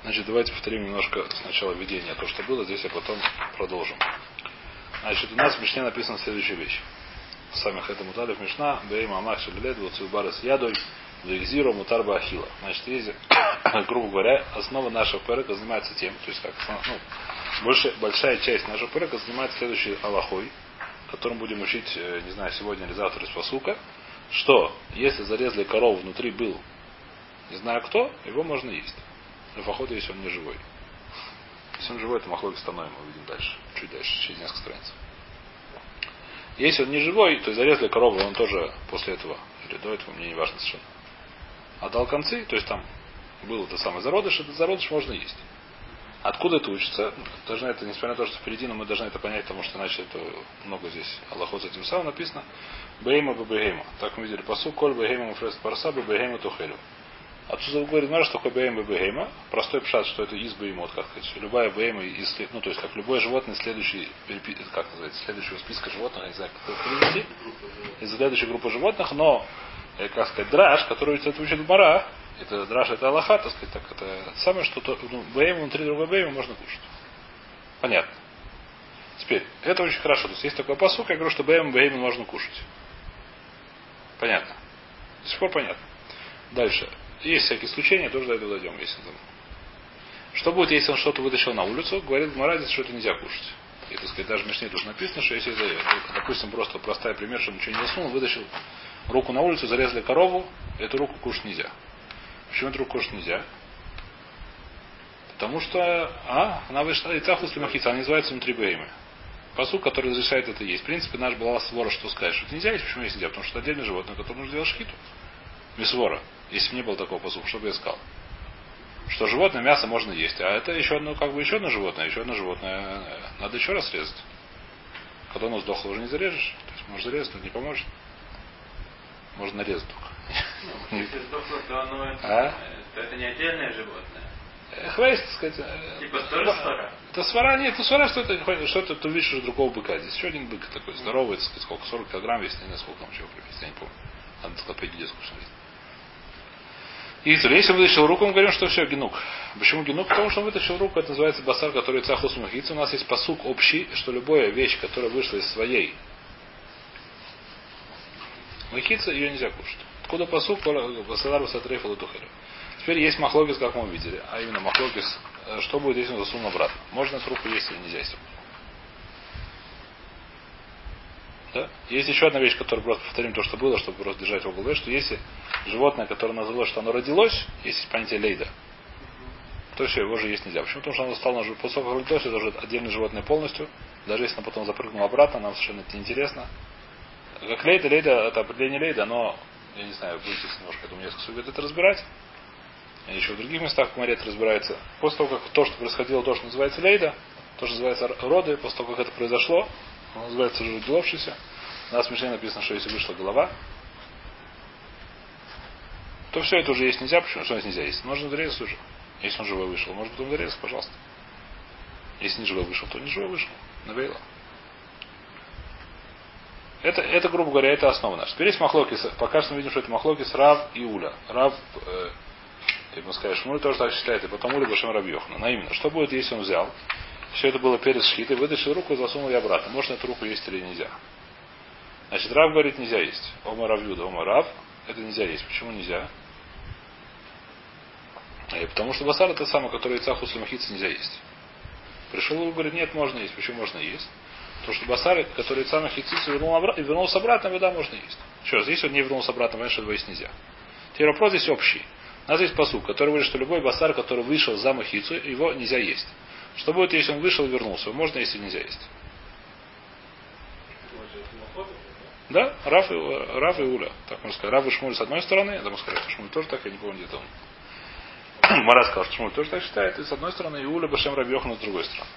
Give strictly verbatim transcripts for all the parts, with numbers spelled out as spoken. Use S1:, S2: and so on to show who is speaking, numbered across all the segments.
S1: Значит, давайте повторим немножко сначала введение, то, что было здесь, а потом продолжим. Значит, у нас в Мишне написана следующая вещь. В самих этому талев Мишна, Бейма Амах Шелелед, Вуцубара с ядой, Вегзиру Мутарба Ахила. Значит, есть, грубо говоря, основа нашего перека занимается тем, то есть как ну, больше, большая часть нашего перека занимается следующей алахой, которым будем учить, не знаю, сегодня или завтра из пасука, что если зарезали корову, внутри был, не знаю кто, его можно есть. Но походу, если он не живой. Если он живой, то махлоки становим, мы увидим дальше, чуть дальше, через несколько страниц. Если он не живой, то зарезали корову, он тоже после этого, или до этого, мне не важно совершенно. Отдал концы, то есть там был это самый зародыш, этот зародыш можно есть. Откуда это учится? Должны это, несмотря на то, что впереди, но мы должны это понять, потому что иначе это много здесь Аллахот с этим самым написано. Бейма бебегейма. Так мы видели посу, коль бегейма муфрест парса, бебегейма тухелю. Отсюда говорит, что такое бейма бебегейма. Простой пшат, что это из беймот, как сказать. Любая бейма, из, ну то есть как любое животное, следующий, как называется, следующего списка животных, я не знаю, как это перевести, из следующей группы животных, но, как сказать, драж, который это учит Гмара, это драж, это Аллаха, так сказать, так, это самое, что то, ну, бейма внутри другой бейма можно кушать. Понятно. Теперь, это очень хорошо. То есть есть такой посук, я говорю, что бейма бейма можно кушать. Понятно. До сих пор понятно. Дальше. Есть всякие исключения, тоже до этого дойдем, если там. Что будет, если он что-то вытащил на улицу, говорит Гмара, что это нельзя кушать. И, так сказать, даже в Мишне тут написано, что если, допустим, просто простой пример, что ничего не засунул, вытащил руку на улицу, зарезали корову, эту руку кушать нельзя. Почему эту руку кушать нельзя? Потому что, а, она вышла, и цахус лимахица, она называется внутри беймы. Посуд, который разрешает это есть. В принципе, наш была свора, что сказать, что это нельзя есть, почему есть нельзя? Потому что это отдельное животное, которое нужно делать шхиту. Мисвора. Если бы не было такого посука, что бы я сказал? Что животное мясо можно есть. А это еще одно, как бы еще одно животное. Еще одно животное. Надо еще раз резать. Когда оно сдохло, уже не зарежешь. То есть можно зарезать, но не поможет. Можно нарезать только.
S2: Если сдохло, то оно
S1: а?
S2: то это не отдельное животное.
S1: Хвейс, так сказать.
S2: Типа тоже свара?
S1: Это свара, нет, это свара, что это, что это, ты видишь уже другого быка. Здесь еще один бык такой здоровый, так сказать, сколько, сорок килограмм весит, не знаю, сколько там чего привезти, я не помню. Надо энциклопедию детскую смотреть. И если он вытащил руку, мы говорим, что все, генук. Почему генук? Потому что он вытащил руку, это называется басар, который цахус махица. У нас есть посук общий, что любая вещь, которая вышла из своей махица, ее нельзя кушать. Откуда посук? Басалар басатрейфа лутухеру. Теперь есть махлогис, как мы увидели. А именно махлогис, что будет, если он засунул обратно. Можно эту руку есть или нельзя есть? Да? Есть еще одна вещь, которую просто повторим то, что было, чтобы просто держать в голове, что если животное, которое называлось, что оно родилось, есть понятие лейда, то все, его же есть нельзя. Почему? Потому что оно стало на после того, как родилось, это уже отдельное животное полностью. Даже если оно потом запрыгнуло обратно, нам совершенно это неинтересно. Как лейда, лейда, это определение лейда, оно, я не знаю, будете немножко, я думаю, несколько субъект это разбирать. И еще в других местах в это разбирается. После того, как то, что происходило, то, что называется лейда, то, что называется роды, после того, как это произошло, оно называется родиловшийся. У нас в Мишне написано, что если вышла голова, то все это уже есть нельзя. Почему? Что нельзя есть? Можно зарезать уже. Если он живой вышел, может потом зарезать, пожалуйста. Если не живой вышел, то не живой вышел. Навейло. Это, это, грубо говоря, это основа наша. Теперь есть махлокис. Пока что мы видим, что это махлокис Рав и Уля. Рав, э, как мы скажем, Шмуль тоже так считает, и потом Уля Башем Рав Йохана. Но именно, что будет, если он взял, все это было перед шхитой, вытащил руку и засунул ее обратно. Можно эту руку есть или нельзя? Значит, Рав говорит, нельзя есть. Ома Рав Юда, Ома Рав, это нельзя есть. Почему нельзя? И потому что басар это самое, которое цахус и махица нельзя есть. Пришел и говорит, нет, можно есть. Почему можно есть? Потому что басар, который цахус и махица вернул обратно, и вернулся обратно, вода можно есть. Еще раз, если он не вернулся обратно, понятно, что этого есть нельзя. Теперь вопрос здесь общий. У нас есть посуд, который говорит, что любой басар, который вышел за махицу, его нельзя есть. Что будет, если он вышел и вернулся? Его можно есть или нельзя есть? Да, Раф и, Раф и Уля. Так можно сказать. Раф и Шмуль с одной стороны, я думаю, сказать, что Шмуль тоже так, я не помню, где там. Мара сказал, что Шмуль тоже так считает, и с одной стороны, и Уля Башем Рав Йохана с другой стороны.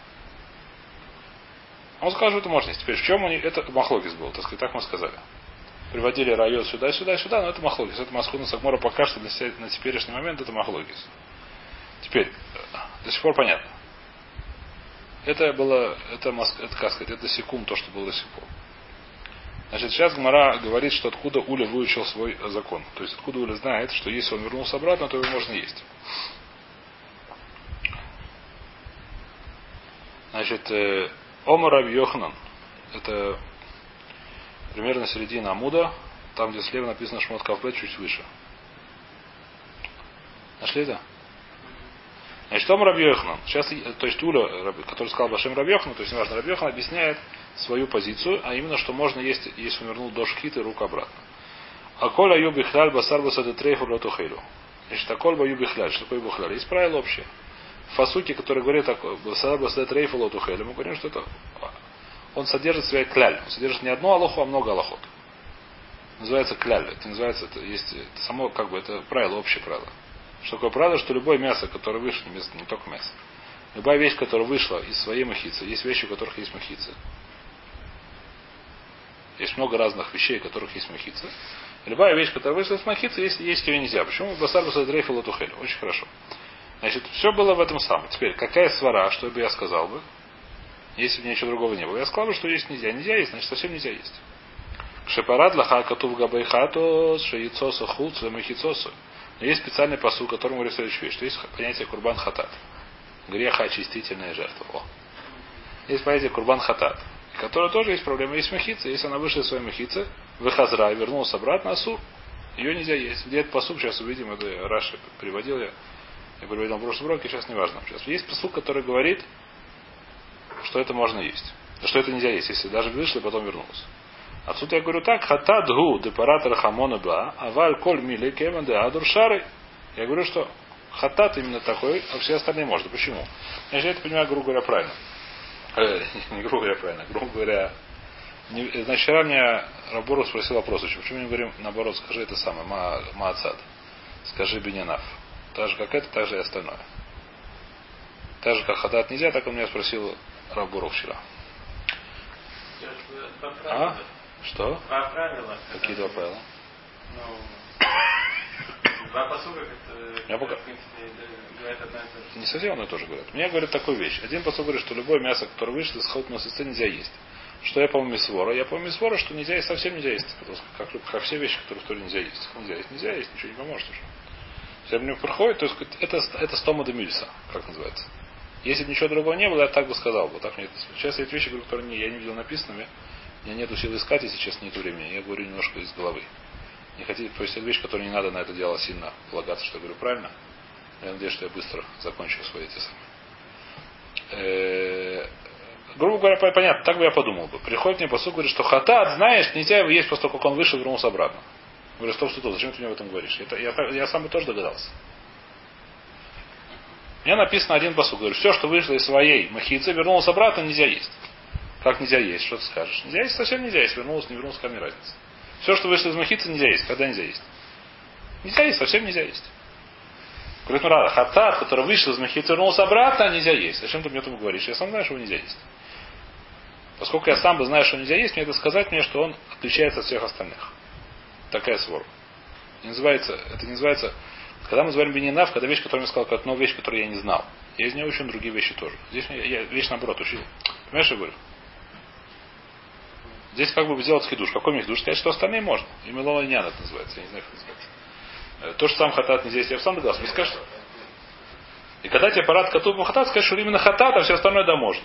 S1: Он сказал, что это можно есть. Теперь в чем они, это махлогис был, так сказать, так мы сказали. Приводили район сюда, сюда, сюда, но это махлогис. Это Масхуна Сагмора пока что для себя, на теперешний момент это махлогис. Теперь, до сих пор понятно. Это было, это, это как сказать, это секунд, то, что было до сих пор. Значит, сейчас Гмара говорит, что откуда Уля выучил свой закон. То есть, откуда Уля знает, что если он вернулся обратно, то его можно есть. Значит, э, Омар Раби Йоханан. Это примерно середина Амуда. Там, где слева написано Шмот Кавбет, чуть выше. Нашли это? Значит, Омар Раби Йоханан. Сейчас, то есть Уля, который сказал Башем Раби Йоханан, то есть неважно, Раби Йоханан объясняет свою позицию, а именно, что можно есть, если он вернул до шхиты, руку обратно. А коля юби хляль басар басады трейху лотухейлю. Значит, а коль ба юби хляль. Что такое бухляль? Есть правило общее. В фасуке, который говорит басар басады трейху лотухейлю, мы говорим, что это он содержит в себе кляль. Он содержит не одну алоху, а много алохот. Называется кляль. Это называется, это есть это само, как бы, это правило, общее правило. Что такое правило, что любое мясо, которое вышло, не только мясо, любая вещь, которая вышла из своей махицы, есть вещи, у которых есть махицы. Есть много разных вещей, у которых есть махица. Любая вещь, которая вышла из махицы, есть, есть ее нельзя. Почему? Басар басад рейфа лотухель. Очень хорошо. Значит, все было в этом самом. Теперь, какая свара, что бы я сказал бы, если бы ничего другого не было? Я сказал бы, что есть нельзя. Нельзя есть, значит, совсем нельзя есть. Шепарат лаха катув габайхато шеицоса хуц махицоса. Но есть специальный посыл, которому говорит следующую вещь, что есть понятие курбан хатат. Греха очистительная жертва. О. Есть понятие курбан хатат, которое тоже есть проблема. Есть махица, если она вышла из своей махицы, выхазра и вернулась обратно, асур, ее нельзя есть. Где этот посыл, сейчас увидим, это Раши приводил я. Я приводил в прошлом уроке, сейчас не важно. Сейчас есть посыл, который говорит, что это можно есть. Что это нельзя есть, если даже вышла и потом вернулась. Отсюда я говорю так, хатат гу депаратор хамона ба, аваль коль мили кеван де адур шары. Я говорю, что хатат именно такой, а все остальные можно. Почему? Значит, я это понимаю, грубо говоря, правильно. Э, не грубо говоря, правильно. Грубо говоря, не, значит, вчера меня Раборов спросил вопрос, почему мы не говорим наоборот, скажи это самое, ма, маацад. Скажи бинянав. Так же, как это, так же и остальное. Так же, как хатат нельзя, так он меня спросил Раборов вчера. А? Что?
S2: Два правила.
S1: Какие два правила?
S2: Ну, два посука, как
S1: Я пока...
S2: в принципе, говорят одно и то же.
S1: Не совсем одно и то же говорят. Мне говорят такую вещь. Один посук говорит, что любое мясо, которое вышло из холодного состояния, нельзя есть. Что я помню мисвора? Я помню мисвора, что нельзя есть, совсем нельзя есть. Как, как все вещи, которые в Торе нельзя есть. Нельзя есть, нельзя есть, ничего не поможет уже. Если мне проходит, то есть это, это стома де мюльса, как называется. Если бы ничего другого не было, я так бы сказал бы. Так мне это... Сейчас эти вещи, которые не, я не видел написанными, у меня нет сил искать, если честно, нет времени. Я говорю немножко из головы. Не хотите, то есть это вещь, которую не надо на это дело сильно полагаться, что я говорю правильно. Я надеюсь, что я быстро закончу свои эти самые. Грубо говоря, понятно, так бы я подумал бы. Приходит мне посуд, говорит, что хатат, знаешь, нельзя его есть после того, как он вышел и вернулся обратно. Говорю, стоп, стоп, зачем ты мне об этом говоришь? Это, я, я сам бы тоже догадался. У меня написано один посуд, говорю, все, что вышло из своей махицы, вернулось обратно, нельзя есть. Как нельзя есть? Что ты скажешь? Нельзя есть, совсем нельзя есть. Вернулось, не вернулось, какая разница. Все, что вышло из махицы, нельзя есть. Когда нельзя есть? Нельзя есть, совсем нельзя есть. Говорит, ну рада, хатат, который вышел из махицы, вернулся обратно, нельзя есть. Зачем ты мне это говоришь? Я сам знаю, что его нельзя есть. Поскольку я сам бы знаю, что нельзя есть, мне это сказать мне, что он отличается от всех остальных. Такая свора. Не называется, это не называется... Когда мы говорим бенинав, когда вещь, которую я сказал, как одну вещь, которую я не знал. Я из нее учу другие вещи тоже. Здесь я, я вещь наоборот учил. Понимаешь, что я говорю? Здесь как бы сделать хидуш. Какой мне хидуш? Сказать, что остальные можно. И мелова нян это называется. Я не знаю, как это называется. То, что сам хатат не здесь, я сам догадался. Вы скажете. И когда тебе парад катубу хатат, скажешь, что именно хатат, а все остальное да можно.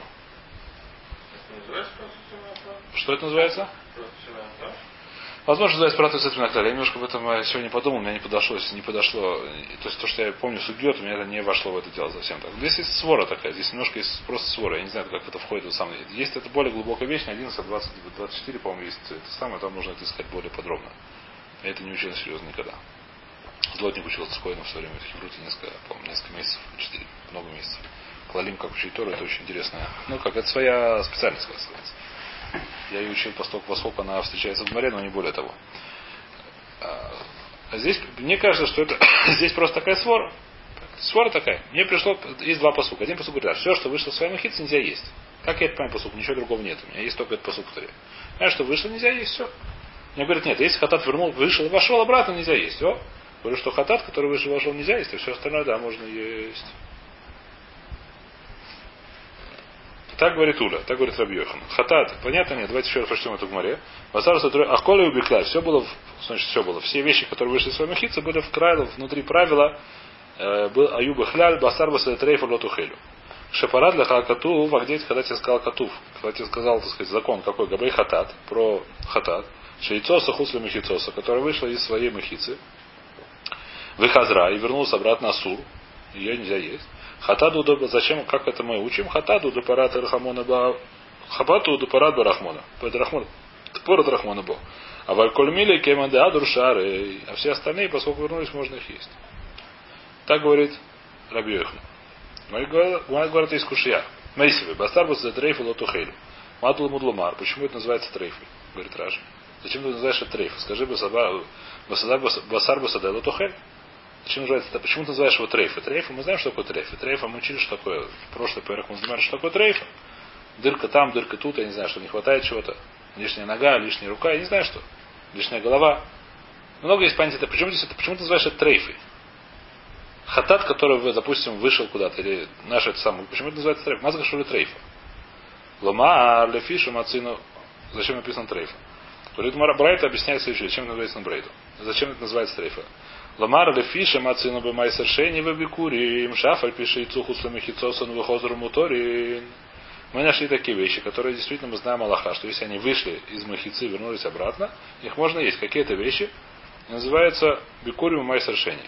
S1: Что это называется? Возможно, называется против сетвинакля. Я немножко об этом сегодня подумал, мне не подошло, если не подошло. То есть то, что я помню судьет, у меня это не вошло в это дело совсем так. Здесь есть свора такая, здесь немножко есть просто свора. Я не знаю, как это входит в сам. Есть это более глубокая вещь, на одиннадцать, двадцать, двадцать четыре, по-моему, есть это самое, там нужно это искать более подробно. Я это не учил серьезно никогда. Злотник учил спокойно в свое время в Хевруте несколько, по-моему, несколько месяцев, четыре, много месяцев. Клалим, как учить Тору, это очень интересно. Ну, как это своя специальность, как сказать. Я ее учил поскольку, поскольку она встречается в море, но не более того. А здесь, мне кажется, что это здесь просто такая свора. Свора такая. Мне пришло, есть два посука. Один посук говорит, а все, что вышло в своей махице, нельзя есть. Как я это понимаю посук? Ничего другого нет. У меня есть только этот посук, который. Знаешь, что вышло, нельзя есть, все. Мне говорят, нет, если хатат вернул, вышел и вошел обратно, нельзя есть. О, говорю, что хатат, который вышел и вошел, нельзя есть, а все остальное, да, можно есть. Так говорит Уля, так говорит Раби Йохан. Хатат, понятно нет? Давайте еще раз прочтем это в море. Ахколя и убиклаль. Все было, значит, все было. Все вещи, которые вышли из своей махицы, были в крайле, внутри правила. Был аюба хляль, басар басатрейфа лотухелю. Шапара для хакату, а где когда тебе сказал катув, когда тебе сказал, так сказать, закон какой, габей хатат, про хатат, шейцоса хусля мехицоса, которая вышла из своей мехицы, выхазра и вернулся обратно Асур, ее нельзя есть. Хатаду, зачем, как это мы учим? Хатаду до парата рахамона ба, хабату до парат барахмона, порад рахмона бо. А валькольмили кеманде адуршары, а все остальные, поскольку вернулись, можно их есть. Так говорит Раби Йоханан. Гуай говорит из кушья. Мейсивы, бастарбус за трейфу лотухейлю. Матул мудлумар. Почему это называется трейфой? Говорит Раши. Зачем ты называешь это трейфой? Скажи басар басаде лотухель. Зачем называется это? Почему ты называешь его трейфой? Трейфа, мы знаем, что такое трейфа. Трейфа мы учили, что такое. В прошлый порядок мы знаем, что такое трейфа. Дырка там, дырка тут, я не знаю, что не хватает чего-то. Лишняя нога, лишняя рука, я не знаю что. Лишняя голова. Много есть понятий. Почему здесь это? Почему ты называешь это трейфой? Хатат, который, допустим, вышел куда-то, или наш это самое, почему это называется трейф? Мазга шули трейфа. Лома, а лефишу, мацину. Зачем написано трейфа? Говорит, Брайта объясняет следующее, зачем это называется на Брейду. Зачем это называется трейфа? Ломар лефиша мацину бы май совершение в бикури, мшафаль пиши и цуху сломихицосан выхозру муторин. Мы нашли такие вещи, которые действительно мы знаем Аллаха, что если они вышли из махицы и вернулись обратно, их можно есть. Какие-то вещи называются бикури май совершение.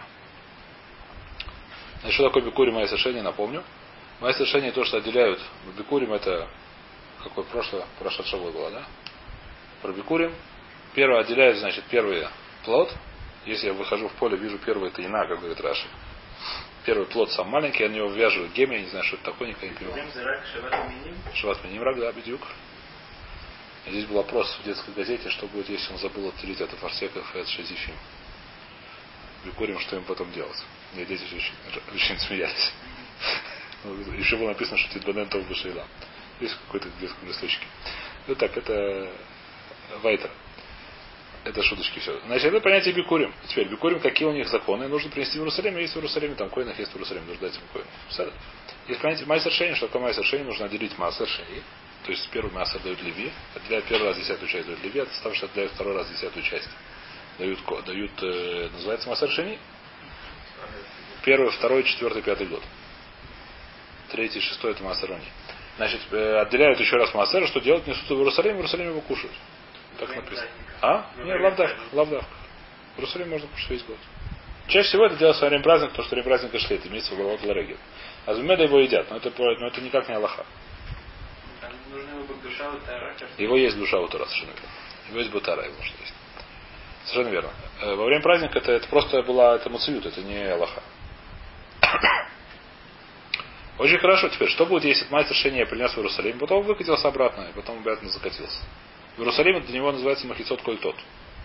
S1: Что такое бикурим мое совершение, напомню. Мое совершение то, что отделяют. Бикурим это какое прошлое, прошедшее было, да? Про бикурим. Первое отделяют, значит, первый плод. Если я выхожу в поле, вижу первый это ина, как говорит Раши. Первый плод сам маленький, я на него вяжу гемми, я не знаю, что это такое, никогда не понимаю. Шават миним рак, да, бедюк. Здесь был вопрос в детской газете, что будет, если он забыл отделить от фарсеков и от шазифим. Бикурим, что им потом делать. Мне дети очень, очень смеялись. Еще было написано, что Тидбанен Тов Башейла. Есть какой-то в детском листочке. Ну так, это Вайтер. Это шуточки все. Значит, это понятие бикурим. Теперь, бикурим, какие у них законы, нужно принести в Иерусалим, есть в Иерусалиме, там коинах есть в Иерусалиме, нужно дать им коинах. Есть понятие майсер шени, что такое майсер шени, нужно отделить массер шени. То есть первый массер дают Леви, отделяют первый раз десятую часть дают Леви, оставшись отделяют второй раз десятую часть. Дают, дают э, называется массер шени. Первый, второй, четвертый, пятый год. Третий, шестой это массер шени. Значит, э, отделяют еще раз массер, что делать, несут в Иерусалим, в Иерусалиме его кушают. Так написано. А? Нет, лавдавка. Лавдавка. В Иерусалиме можно кушать весь год. Чаще всего это делается во время праздника, потому что во время праздника шлет, имеется в голову ларегель. А зумеда его едят, но это, но это никак не Аллаха. Его есть душа у Тора, совершенно верно. Его есть бутара, его что есть. Совершенно верно. Во время праздника это, это просто была это муциют, это не Аллаха. Очень хорошо. Теперь, что будет, если майстер шени принес в Иерусалим, потом выкатился обратно, и потом обратно закатился. В Иерусалиме для него называется махицот коль тот.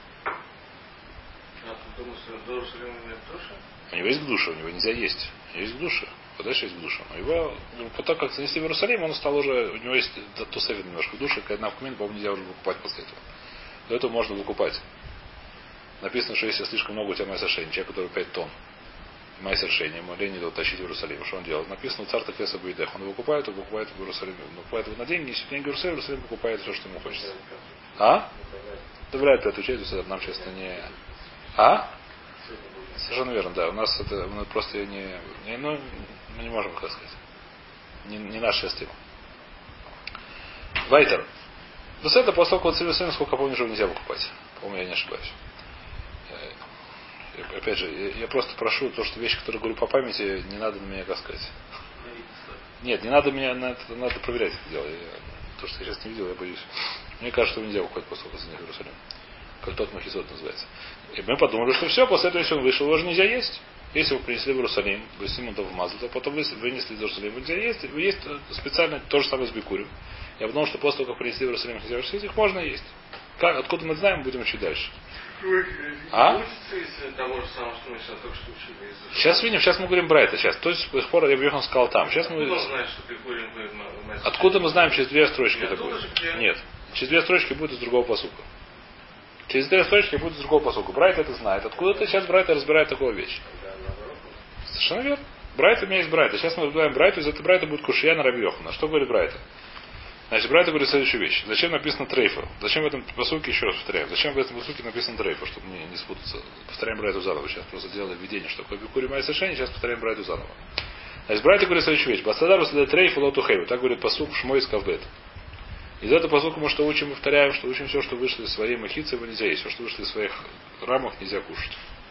S1: У него есть душа, у него нельзя есть. У него есть душа. Подальше есть душа. Но его, потом как занесли в Иерусалим, он стал уже, у него есть тусевит немножко души, когда в кумин, по-моему, нельзя уже выкупать после этого. До этого можно выкупать. Написано, что если слишком много у тебя майсер шени, человек, который пять тонн, майсер шени, ему лень не тащить в Иерусалим. Что он делает? Написано, царь так веса буидех. Он выкупает, он выкупает в Иерусалиме. Он выкупает его на деньги, если деньги в Иерусалим, Иерусалим покупает все, что ему хочется. А? Добавляет пятую часть, это нам, честно, не... А? Совершенно верно, да. У нас это мы просто не, не, ну, мы не можем, как сказать. Не, не наша тема. Вайтер. Вот это после того, как сколько помню, уже нельзя выкупать. По-моему, я не ошибаюсь. Я, опять же, я, я просто прошу то, что вещи, которые говорю по памяти, не надо на меня, как сказать. Нет, не надо меня, надо, надо проверять это дело. Я, то, что я сейчас не видел, я боюсь. Мне кажется, что нельзя выкупать после того, как в Иерусалим. Как тот махизот называется. И мы подумали, что все, после этого, если он вышел, его же нельзя есть. Если его принесли в Иерусалим, вы с ним вмазали, то потом вынесли в Иерусалим, нельзя есть. Есть специально то же самое с бикурем. Я подумал, что после того, как принесли в Иерусалим, нельзя есть, их можно есть. Как, откуда мы знаем, будем учить дальше. А? Сейчас видим, сейчас мы говорим Брайта. Сейчас. То есть, с пор я Бьехан сказал там. Сейчас мы... Откуда мы знаем, через две строчки это будет? Нет. Через две строчки будет из другого посука. Через две строчки будет из другого посука. Брайт это знает. Откуда-то сейчас Брайта разбирает такую вещь. Совершенно верно. Брайта у меня есть Брайта. Сейчас мы разбираем Брайту, из этой Брайта будет кушия на Раби Йохана. Что говорит Брайта? Значит, Брайта говорит следующую вещь. Зачем написано трейфа? Зачем в этом посуке, еще раз повторяем, зачем в этом посуке написано трейфа, чтобы не, не спутаться? Повторяем Брайту заново. Сейчас просто делали введение, что такое бикури майя совершение, сейчас повторяем Брайту заново. Значит, братья говорят следующую вещь. Басадару следует трейф и лотухейву. Так говорит посук Шмойс Кавбет. Из этого посука мы что учим, повторяем, что учим все, что вышло из своей махицы, его нельзя есть. Все, что вышло из своих рамок, нельзя кушать.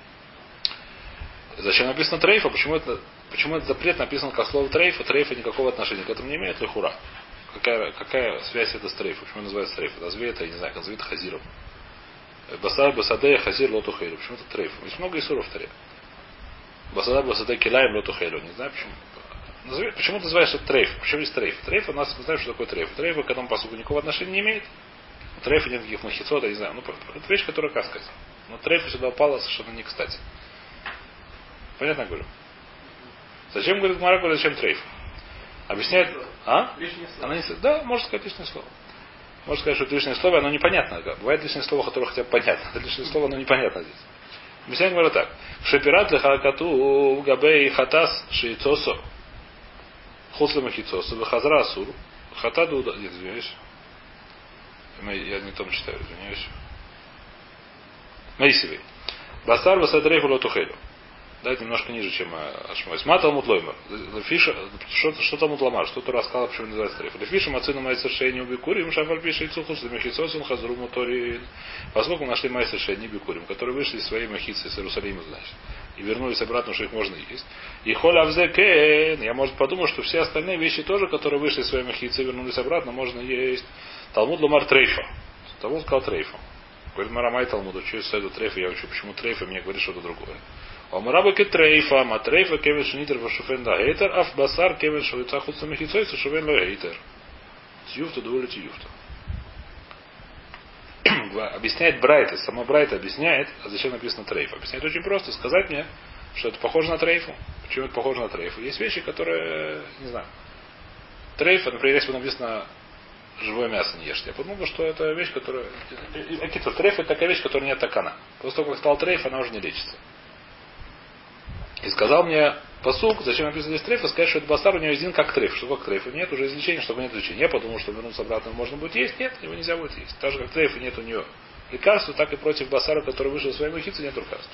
S1: Зачем написано трейфа? Почему это, почему этот запрет написан как слово трейфа? Трейфа никакого отношения к этому не имеет, лихура. Какая, какая связь это с трейфом? Почему называется трейф? Разве это, я не знаю, как назовет хазиром. Басар басадея хазир лотухейлю. Почему это трейф? Есть много исуров в таре. Басадар басадея килаем лотухейлю. Не знаю почему. Назови, почему ты называешь это трейф? Почему есть трейф? Трейф у нас, мы знаем, что такое трейф. Трейф к этому посуду никакого отношения не имеет. У трейфа нет никаких махицот, я не знаю. Ну, это вещь, которая, как сказать. Но трейфу сюда упала совершенно не кстати. Понятно, говорю? Зачем, говорит Гмара, говорит, зачем трейф? Объясняет. А?
S2: Лишнее слово.
S1: Она не... Да, можно сказать лишнее слово. Можно сказать, что это лишнее слово, оно непонятно. Бывает лишнее слово, которое хотя бы понятно. Это лишнее слово, оно непонятно здесь. Объясняет Гмара так. Шепират лехакату габей хатас шиицосо. Хуслема хицосо. Вахазра асур. Хатаду... Нет, извиняюсь. Я не том читаю, извиняюсь. Мейсивей. Басар васадрейфу лотухелю. Да, это немножко ниже, чем Ашмойс. Матал мутлоймер. Фиша, что там мутламар, что-то рассказал, почему называется трейф. Лефиша мацину майсер шейни убикурим, шафаль пиша и цухус, лемехицосун, хазру муторин. Поскольку мы нашли майсер шейни убикурим, которые вышли из своей махицы, из Иерусалима, значит, и вернулись обратно, что их можно есть. И холя авзекен, я, может, подумал, что все остальные вещи тоже, которые вышли из своей махицы и вернулись обратно, можно есть. Талмуд ламар трейфа. Талмуд сказал трейфа. Говорит, Марамай Талмуду, что из этого трейфа я учу, почему трейфа, мне говорит что-то другое. Омарабаки трейфа, матрейфа кевен шнитер вашуфен да гейтер, аф басар кевен шуица хуца мехицой сушуфен ло гейтер. Тьюфта довольно тьюфта. Объясняет Брайта, сама Брайта объясняет, а зачем написано трейфа. Объясняет очень просто, сказать мне, что это похоже на трейфу. Почему это похоже на трейфу? Есть вещи, которые, не знаю. Трейфа, например, если написано живое мясо не ешьте. Я подумал, что это вещь, которая... Трейф это такая вещь, которая не атакана. После того, как стал трейф, она уже не лечится. И сказал мне посук, зачем написано здесь трейф, и сказать, что это басар у него один как трейф. Что как трейф? Нет уже излечения, чтобы нет излечения. Я подумал, что вернуться обратно можно будет есть. Нет, его нельзя будет есть. Так же, как трейф, и нет у нее лекарства, так и против басара, который вышел из своей махицы, нет лекарств.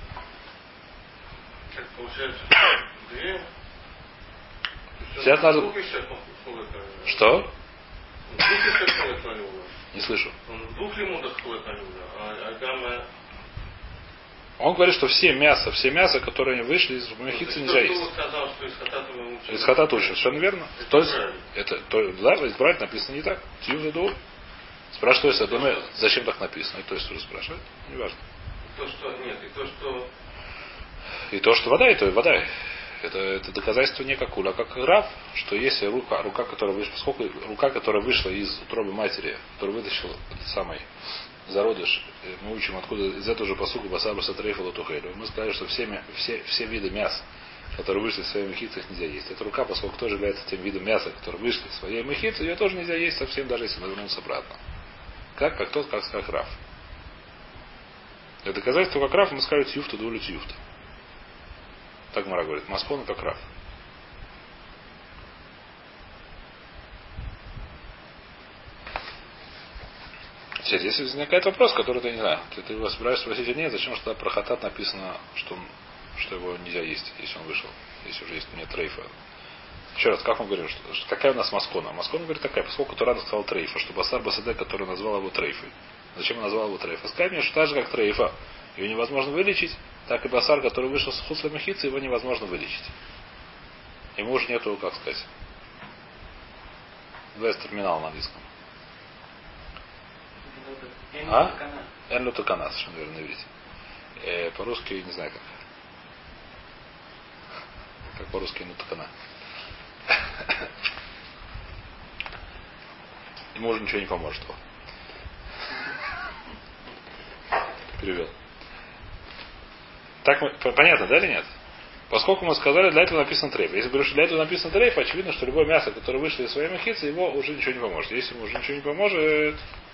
S2: Как получается, две...
S1: Сейчас надо... Что? Не слышу.
S2: В двух лимудах ходит на люда, а гамма...
S1: Он говорит, что все мясо, все мясо, которые вышли из махицы, нельзя есть.
S2: Сказал, что из хатата мы учим.
S1: Из хатата учим, совершенно верно. То есть, это, то, да, избрать написано не так. Тьюзаду. Спрашивает, если думаю, зачем так написано. И то есть тоже спрашивает. Неважно.
S2: И то, что нет, и то, что...
S1: И то, что вода, и то и вода. Это, это доказательство не как уля, а как граф, что если рука, рука, которая вышла, поскольку рука, которая вышла из утробы матери, которая вытащила этот самый зародыш, мы учим откуда из этого же посуга басабаса трейфа лотухейля. Мы сказали, что все, все, все виды мяса, которые вышли из своей махицы, их нельзя есть. Эта рука, поскольку тоже является тем видом мяса, который вышли из своей махицы, ее тоже нельзя есть совсем, даже если она вернулась обратно. Как? Как тот, как как раф. Для доказательства как раф мы сказали тьюфта дули тьюфта. Так Мара говорит, Маскона как раф. Теперь, если возникает вопрос, который ты не знаю, ты, ты его собираешься спросить или нет, зачем же тогда про хатат написано, что, он, что его нельзя есть, если он вышел, если уже есть нет трейфа. Еще раз, как мы говорим, что, что, какая у нас Маскона? Маскона говорит такая, поскольку Туран сказал трейфа, что Басар Басаде, который назвал его трейфой. Зачем он назвал его трейфа? Скажи мне, что так же, как трейфа, ее невозможно вылечить, так и басар, который вышел с хусла махицы, его невозможно вылечить. Ему уж нету, как сказать, вест-терминал на английском. А? Энлютакана, совершенно верно, видите. Э, по-русски не знаю как. Как по-русски энлютакана. Ему уже ничего не поможет. Перевел. Так мы, понятно, да или нет? Поскольку мы сказали, для этого написано трейф. Если говорю, что для этого написано трейф, очевидно, что любое мясо, которое вышло из своей махицы, его уже ничего не поможет. Если ему уже ничего не поможет,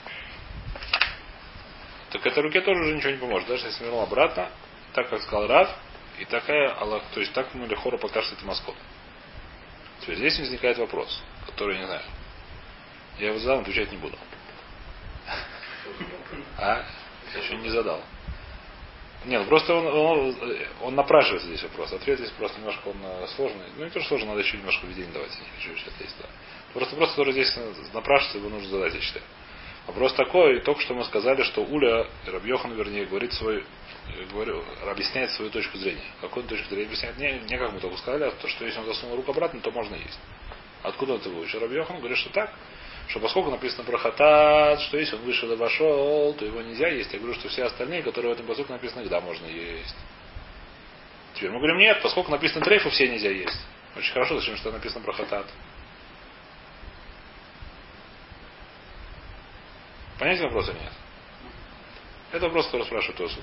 S1: так этой руке тоже уже ничего не поможет. Даже если вернул обратно, так как сказал Рав, и такая Аллах, то есть так мы лихора покажет это маскот. Теперь здесь возникает вопрос, который я не знаю. Я его задал, отвечать не буду. А? Я еще не задал. Нет, просто он, он, он напрашивается здесь вопрос. Ответ здесь просто немножко он э, сложный. Ну не то, что сложно, надо еще немножко введение давать. Я не хочу сейчас лезть, да. Просто вопрос, который здесь напрашивается, его нужно задать, я считаю. Вопрос такой, только что мы сказали, что Уля, Рабьехан, вернее, говорит свой, говорю, объясняет свою точку зрения. Какую он точку зрения объясняет? Не, не как мы только сказали, а то, что если он засунул руку обратно, то можно есть. Откуда он это выучил? Рабьехан говорит, что так, что поскольку написано про хатат, что если он вышел и вошел, то его нельзя есть. Я говорю, что все остальные, которые в этом посылке написаны, да, можно есть. Теперь мы говорим, нет, поскольку написано трейфу, все нельзя есть. Очень хорошо, зачем что написано про хатат. Понятен вопрос или нет? Это вопрос, который спрашивает Тосут.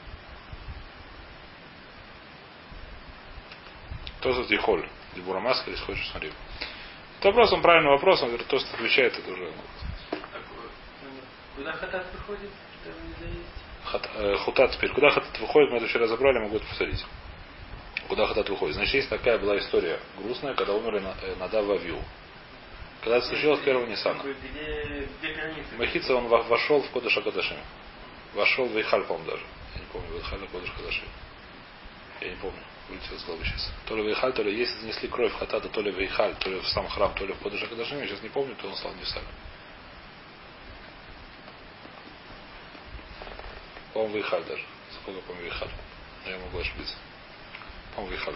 S1: Тосут и Холь. Дебура Маска, если хочешь, смотри. Это вопрос, он правильный вопрос, он говорит, Тосут отвечает, это уже.
S3: Куда хатат выходит? Что нельзя есть?
S1: Хат, э, хутат теперь. Куда хатат выходит, мы это вчера забрали, могу это повторить. Куда хатат выходит? Значит, есть такая была история грустная, когда умерли Надав и Авиу. Когда это случилось первого Ниссана.
S3: Где, где граница?
S1: Махица, он вошел в Кодыш Акадашим. Вошел в Вейхаль, по-моему, даже. Я не помню, Вейхаль или Кодыш Акадашим. Я не помню. Вылетел из головы сейчас. То ли Вейхаль, то ли если занесли кровь в Хатата, то ли Вейхаль, то ли в сам храм, то ли в Кодыш Акадашим. Я сейчас не помню, то он стал Ниссаном. По-моему, Вейхаль даже. Сколько помню, Вейхаль. Но я могу ошибиться. По-моему, Вейхаль.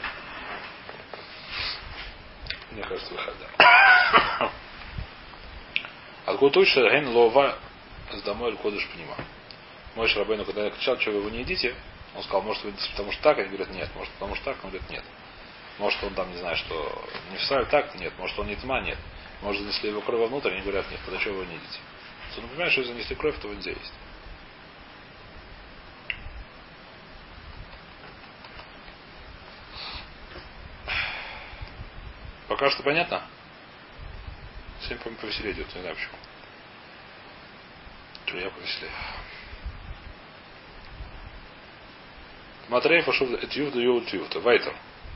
S1: Мне кажется, Вейхаль, да. Откуда учится Ген Лова с домой Кодыш Пнима. Мой Шрабейну, когда я кричал, что вы его не едите, он сказал, может вы потому что так, они говорят, нет, может потому что так, он говорит, нет. Может он там, не знаю, что не встали так, нет, может он не тьма, нет. Может занесли его кровь вовнутрь, они говорят, нет, тогда что вы его не едите. Ну, понимаешь, что если занесли кровь, то его нельзя есть. Пока что понятно? Сегодня, по-моему, повеселее идет, не знаю почему. Что я повеселее. Матрей фашув этьювда йоу тьювда. Вайтер.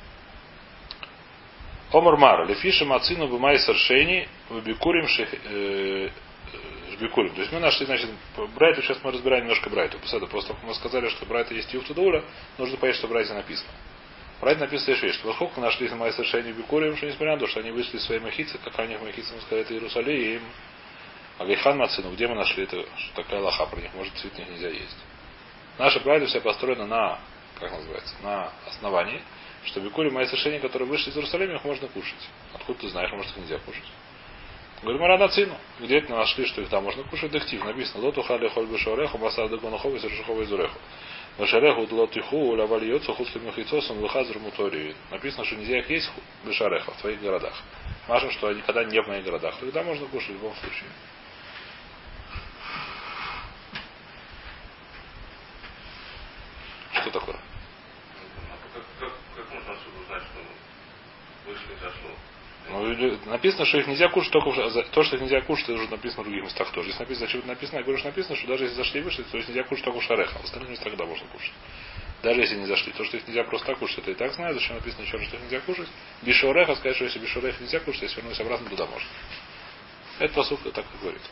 S1: Омар Мара. Лефиша мацину бумай саршени выбикурим шбикурим. То есть мы нашли, значит, Брайту, сейчас мы разбираем немножко Брайту. После того, как мы сказали, что Брайта есть тьювда дуля, нужно понять, что в Брайте написано. В Брайте написано вещь, что поскольку мы нашли бумай саршени выбикурим, что несмотря на то, что они вышли из своей махицы, как они в махице, мы сказали, это Иерусалим, а Гайхан Мацину, где мы нашли это, что такая лоха про них, может, цвет них нельзя есть. Наша правда вся построена на, как называется, на основании, что бикури мои совершения, которые вышли из Иерусалима, их можно кушать. Откуда ты знаешь, может, их нельзя кушать? Говорим, рада цину. Где это нашли, что их там можно кушать? Дектив. Написано, лоту хали холь бешореху, басар деконухову, сержухову из уреху. Бешареху лотиху, улявальйоцу, хуслим махицосом, лухазру муторию. Написано, что нельзя их есть бешареха в твоих городах. Машем, что они никогда не в моих городах. Тогда можно кушать в любом случае. Что такое?
S2: Как, как, как можно отсюда узнать, что вышли и зашло?
S1: Ну, написано, что их нельзя кушать, только в... то, что их нельзя кушать, это уже написано в других местах тоже. Здесь написано, зачем это написано, я говорю, что написано, что даже если зашли и вышли, то есть нельзя кушать только в шареха, а в остальных местах да можно кушать. Даже если не зашли. То, что их нельзя просто так кушать, это и так знаю, зачем написано еще раз, что их нельзя кушать. Бишореха, сказать, что если бишореха нельзя кушать, если вернусь обратно, туда можно. Это посылка так и говорит.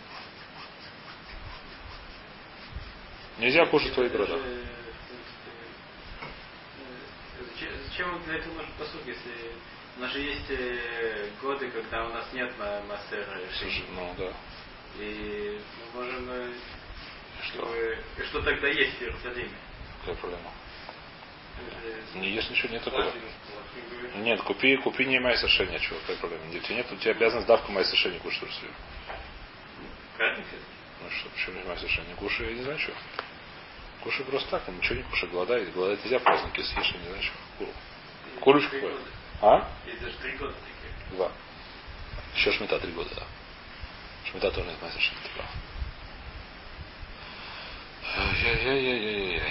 S1: Нельзя кушать в твоих городах.
S3: Зачем для этого нужен посуд, если у нас же есть э, годы, когда у нас нет массера решений.
S1: Ну да.
S3: И мы можем э,
S1: что?
S3: И что тогда есть в Иерусалиме?
S1: Какая проблема?
S3: Это...
S1: Не ешь ничего, нет такого. Нет, купи, купи не май совершенно, чего, какая проблема? Нет, нет, у тебя обязанность давка май совершенно кушать в Иерусалиме.
S2: Правильно?
S1: Ну что, почему не май совершенно не кушай, я не знаю, что. Кушай просто так, ничего не кушай, голодает. Голодает нельзя, праздники съешь, я не знаю, что. Куру. Курочку купай. А?
S3: Есть даже три года такие.
S1: Два. Еще шмета три года, да. Шмета тоже нет май совершенно, ты прав. Яй-яй-яй-яй-яй.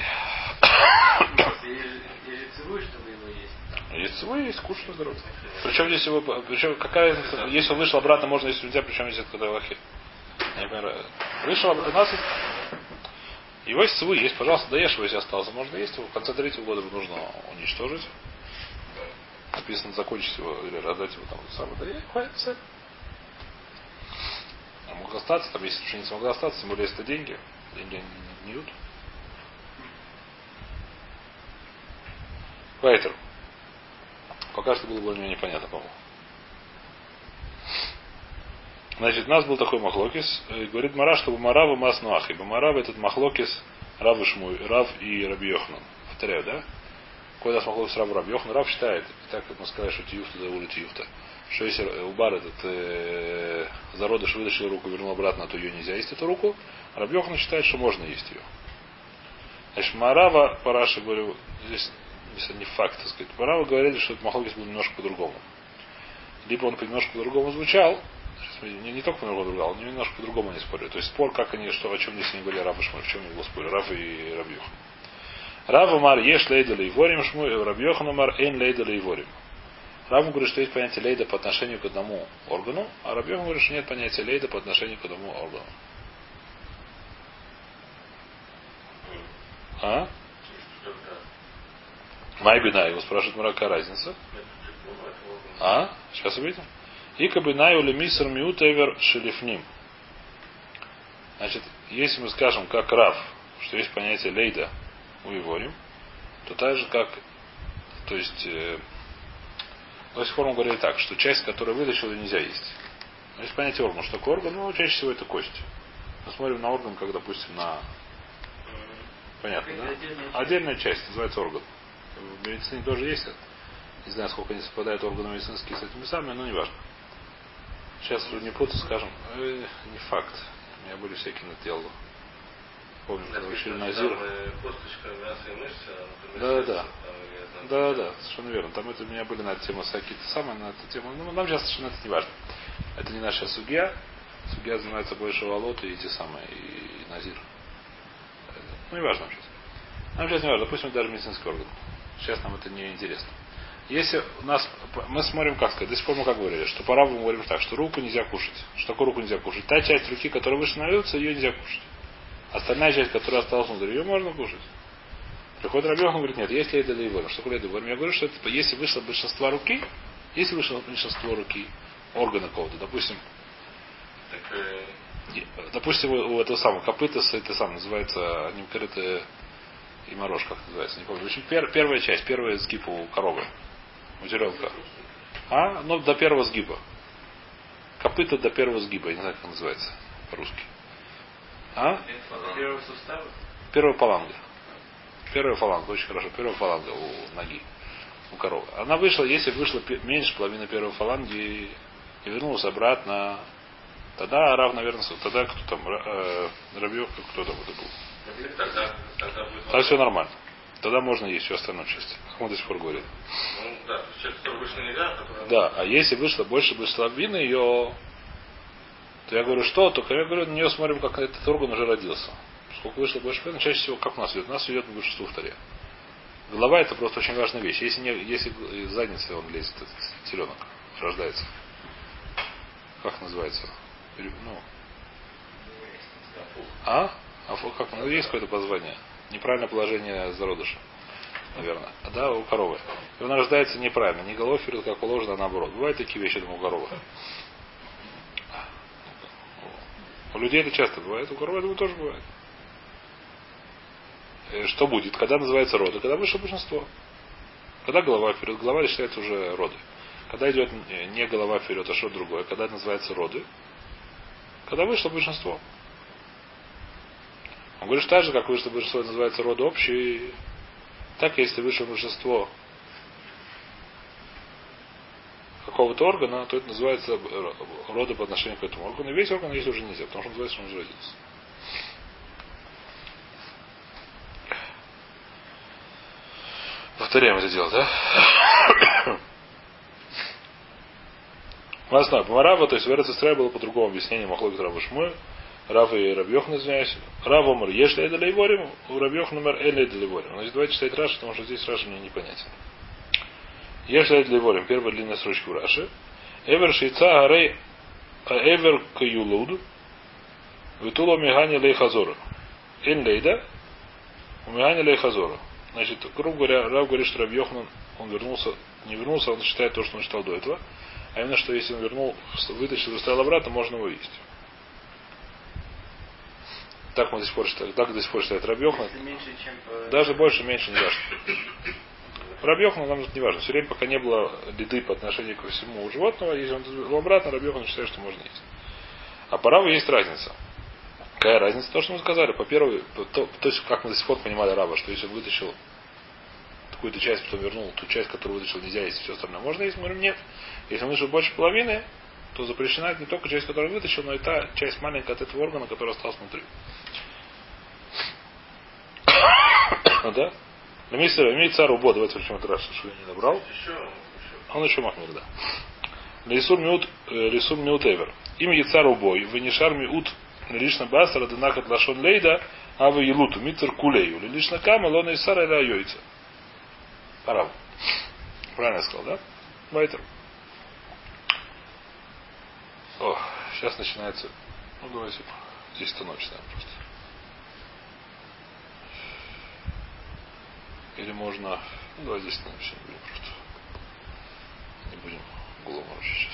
S3: Есть цивуй, чтобы его есть.
S1: Есть цивуй, есть кушать на здоровье. Причем здесь его, причем какая, если он вышел обратно, можно есть нельзя, причем есть это лохи. Я понимаю. Вышел обратно, у нас его есть цивуй, есть, пожалуйста, доешь его, если остался, можно есть его. В конце третьего года нужно уничтожить. Написано закончить его или раздать его там самое. Да я хватит, все. А мог остаться, там если пшеница могла остаться, тем более если это деньги. Деньги они не гниют. Вайтер. Пока что было более непонятно, по-моему. Значит, у нас был такой махлокис. Говорит Мара, что Бамарава мас нуах. И Бамарава этот махлокис Рав и Шмуй, Рав и Раби Йоханан. Повторяю, да? Какой нас махлокис Рав и Раби Йоханан? Рав считает, так как мы сказали, что Тиюфта да ули Тиюфта, что если Убар этот э, зародыш вытащил руку и вернул обратно, то ее нельзя есть эту руку. А Раби Йоханан считает, что можно есть ее. Значит, Марава, Параши, говорю, здесь это не факт, так сказать. Марава говорили, что этот махлокис был немножко по-другому. Либо он немножко по-другому звучал, не, не только по-другому, другал, но немножко по-другому они спорили. То есть спор, как они, что, о чем здесь не были Рав и Шмуй, в чем они был спор, Рав и Раби Йохан. Рав Амар еш лейдали и ворим Шмуй, Раби Йохан Амар эйн лейдали и ворим. Рав говорит, что есть понятие лейда по отношению к одному органу, а Раби Йохан говорит, что нет понятия лейда по отношению к одному органу. А? Майбина, его спрашивает Мара, какая разница? А? Сейчас увидим. И кабинаю ли мисер миут эвер шелифним. Значит, если мы скажем, как Рав, что есть понятие лейда у Иворим, то так же, как, то есть, э, до сих пор мы говорили так, что часть, которую вытащил, ее нельзя есть. Но есть понятие органа. Что такое орган? Ну, чаще всего это кость. Мы смотрим на орган, как, допустим, на... Понятно, да? Отдельная, Отдельная часть, называется орган. В медицине тоже есть это. Не знаю, сколько они совпадают органы медицинские с этими самыми, но не важно. Сейчас уже не путаю, скажем, э, не факт. У меня были всякие на тело. Помню, когда учили Назир.
S2: Косточка, мясо и мышцы,
S1: да, да, да. Да, да, совершенно верно. Там это у меня были на эту тему какие-то самые, на эту тему. Ну, нам сейчас совершенно это не важно. Это не наша судья. Судья занимается больше волот и те самые, и Назир. Ну, не важно сейчас. Нам сейчас не важно, допустим, даже медицинский орган. Сейчас нам это не интересно. Если у нас, мы смотрим, как сказать, до сих пор мы как говорили, что по Раву мы говорим так, что руку нельзя кушать. Что такое руку нельзя кушать? Та часть руки, которая выше нальется, ее нельзя кушать. Остальная часть, которая осталась внутри, ее можно кушать. Приходит Раби Йохан, говорит, нет, есть лейда лейворим. Что такое лейда лейворим? Я говорю, что это, если вышло большинство руки, если вышло большинство руки, органа какого-то, допустим,
S2: так, э...
S1: допустим, у, у этого самого копыта, это самое, называется, они это и морож, как называется, не помню. В общем, пер, первая часть, первый сгиб у коровы. У жеребка. А? Ну, до первого сгиба. Копыта до первого сгиба. Я не знаю, как называется по-русски. А?
S3: Первого сустава?
S1: Первая фаланга. Первая фаланга. Очень хорошо. Первая фаланга у ноги. У коровы. Она вышла, если вышла меньше половины первой фаланги и вернулась обратно, тогда Рав, наверное, тогда кто там, э, Рабьев, кто там это был?
S2: Тогда, тогда, будет
S1: тогда все нормально. Тогда можно есть всю остальную часть. Как мы до сих пор говорили.
S2: Ну, да, часть, которая вышла нельзя, которая...
S1: Да, а если вышло больше половины ее, то я говорю, что? Только я говорю, на нее смотрим, как этот орган уже родился. Сколько вышло больше половины, чаще всего как у нас идет? У нас идет большинство в таре. Голова это просто очень важная вещь. Если, не, если из задницы он лезет, этот теленок, рождается. Как называется? Ну. А? А как? Ну, есть какое-то позвание. Неправильное положение зародыша. Наверное. А да, у коровы. И он рождается неправильно. Не головой вперед, как уложено, а наоборот. Бывают такие вещи, думаю, у коровы. У людей это часто бывает. У коровы, я думаю, тоже бывает. Что будет? Когда называется роды? Когда выше большинство. Когда голова вперед? Голова считается уже роды. Когда идет не голова вперед, а что-то другое. Когда называется роды? Когда вышло большинство. Он говорит, что так же, как вышло большинство, это называется роды общие. Так, если вышло большинство какого-то органа, то это называется роды по отношению к этому органу. И весь орган есть уже нельзя, потому что называется, что он уже родился. Повторяем это дело, да? Мы основе. Помарава, то есть в Эрец-Исраэль было по другому объяснению Махлокит Рав и Шмуэль. Рав и Раби Йохан, извиняюсь. Рав Омар еш лейда лейворим, у Раби Йохан Омар эль лейда лейворим. Значит, давайте читать Раши, потому что здесь Раши мне непонятен. Еш лейда лейворим. Первая длинная строчка в Раши. Эвер шейца гарей эвер каюлуд витуло мигани лей хазора. Эль лейда у мигани лей хазора. Значит, грубо говоря, Рав говорит, что Раби Йохан, он вернулся, не вернулся, он считает то, что он читал до этого. А именно, что если он вернул, вытащил и вставил обратно, можно его есть. Так мы до сих пор считаем. Так до сих пор считает Раби Йохан.
S3: Меньше, чем по...
S1: Даже больше, меньше не важно. Рабьехан, нам это не важно. Все время, пока не было лиды по отношению ко всему у животного, если он его обратно, Рабьехан считает, что можно есть. А по Раву есть разница. Какая разница? То, что мы сказали. По первой, то, то есть, как мы до сих пор понимали Рава, что если он вытащил какую-то часть, потом вернул ту часть, которую вытащил, нельзя есть, все остальное можно есть, мы говорим нет. Если он вытащил больше половины, то запрещена не только часть, которую он вытащил, но и та часть маленькая от этого органа, которая осталась внутри. Да? Имеет цару бо, давайте причем это раз, что я не набрал. Он еще махмир, да. Лисур миут, лисур миут эвер. Имя Яцару бой, венишар миут лишна басара дынахат лашон лейда, а вы елуту митер кулею. Лишна кама лона исара или айойца. Парав. Правильно я сказал, да? Вайтер. О, сейчас начинается. Ну давайте здесь-то ночь, наверное, просто. Или можно. Ну давай здесь наверное, не будем просто. Не будем голову морочить сейчас.